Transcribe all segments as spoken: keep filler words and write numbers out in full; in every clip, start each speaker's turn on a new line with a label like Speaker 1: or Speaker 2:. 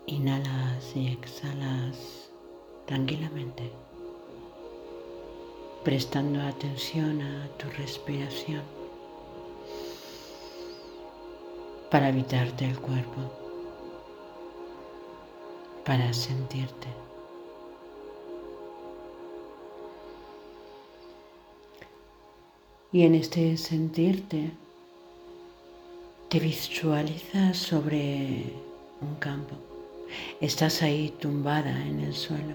Speaker 1: Inhalas y exhalas tranquilamente, prestando atención a tu respiración para habitarte el cuerpo, para sentirte. Y en este sentirte te visualizas sobre un campo. Estás ahí tumbada en el suelo.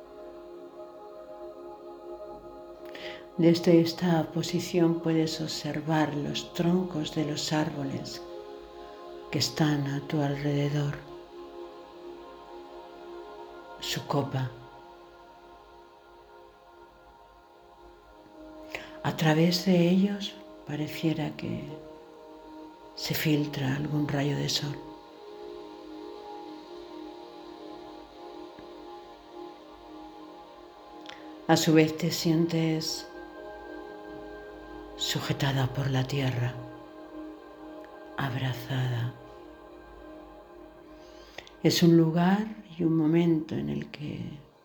Speaker 1: Desde esta posición puedes observar los troncos de los árboles que están a tu alrededor, su copa. A través de ellos pareciera que se filtra algún rayo de sol. A su vez te sientes sujetada por la tierra, abrazada. Es un lugar y un momento en el que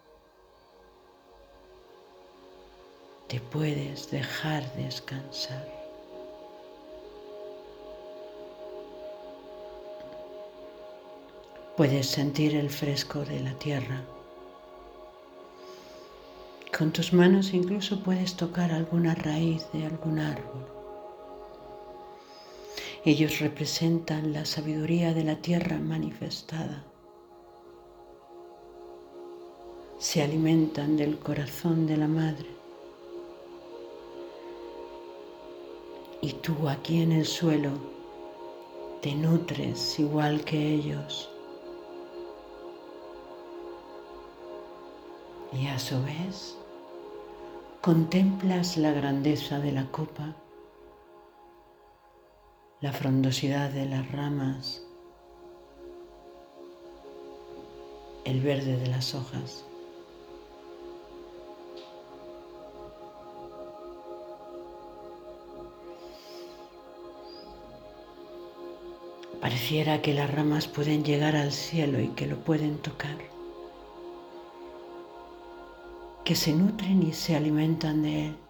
Speaker 1: te puedes dejar descansar. Puedes sentir el fresco de la tierra. Con tus manos incluso puedes tocar alguna raíz de algún árbol. Ellos representan la sabiduría de la tierra manifestada. Se alimentan del corazón de la madre. Y tú aquí en el suelo te nutres igual que ellos. Y a su vez contemplas la grandeza de la copa, la frondosidad de las ramas, el verde de las hojas. Pareciera que las ramas pueden llegar al cielo y que lo pueden tocar, que se nutren y se alimentan de él,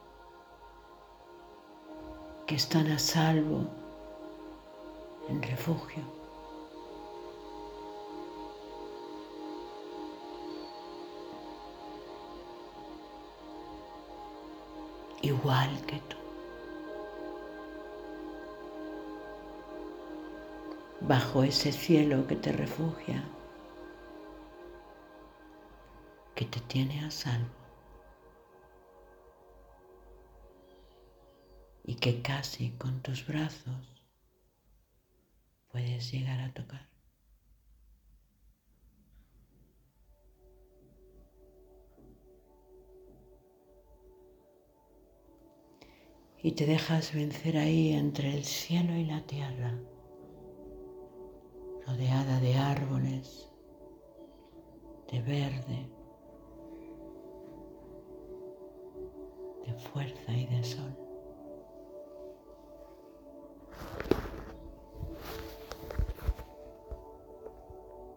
Speaker 1: que están a salvo, en refugio. Igual que tú. Bajo ese cielo que te refugia, que te tiene a salvo y que casi con tus brazos puedes llegar a tocar. Y te dejas vencer ahí entre el cielo y la tierra, rodeada de árboles, de verde, de fuerza y de sol.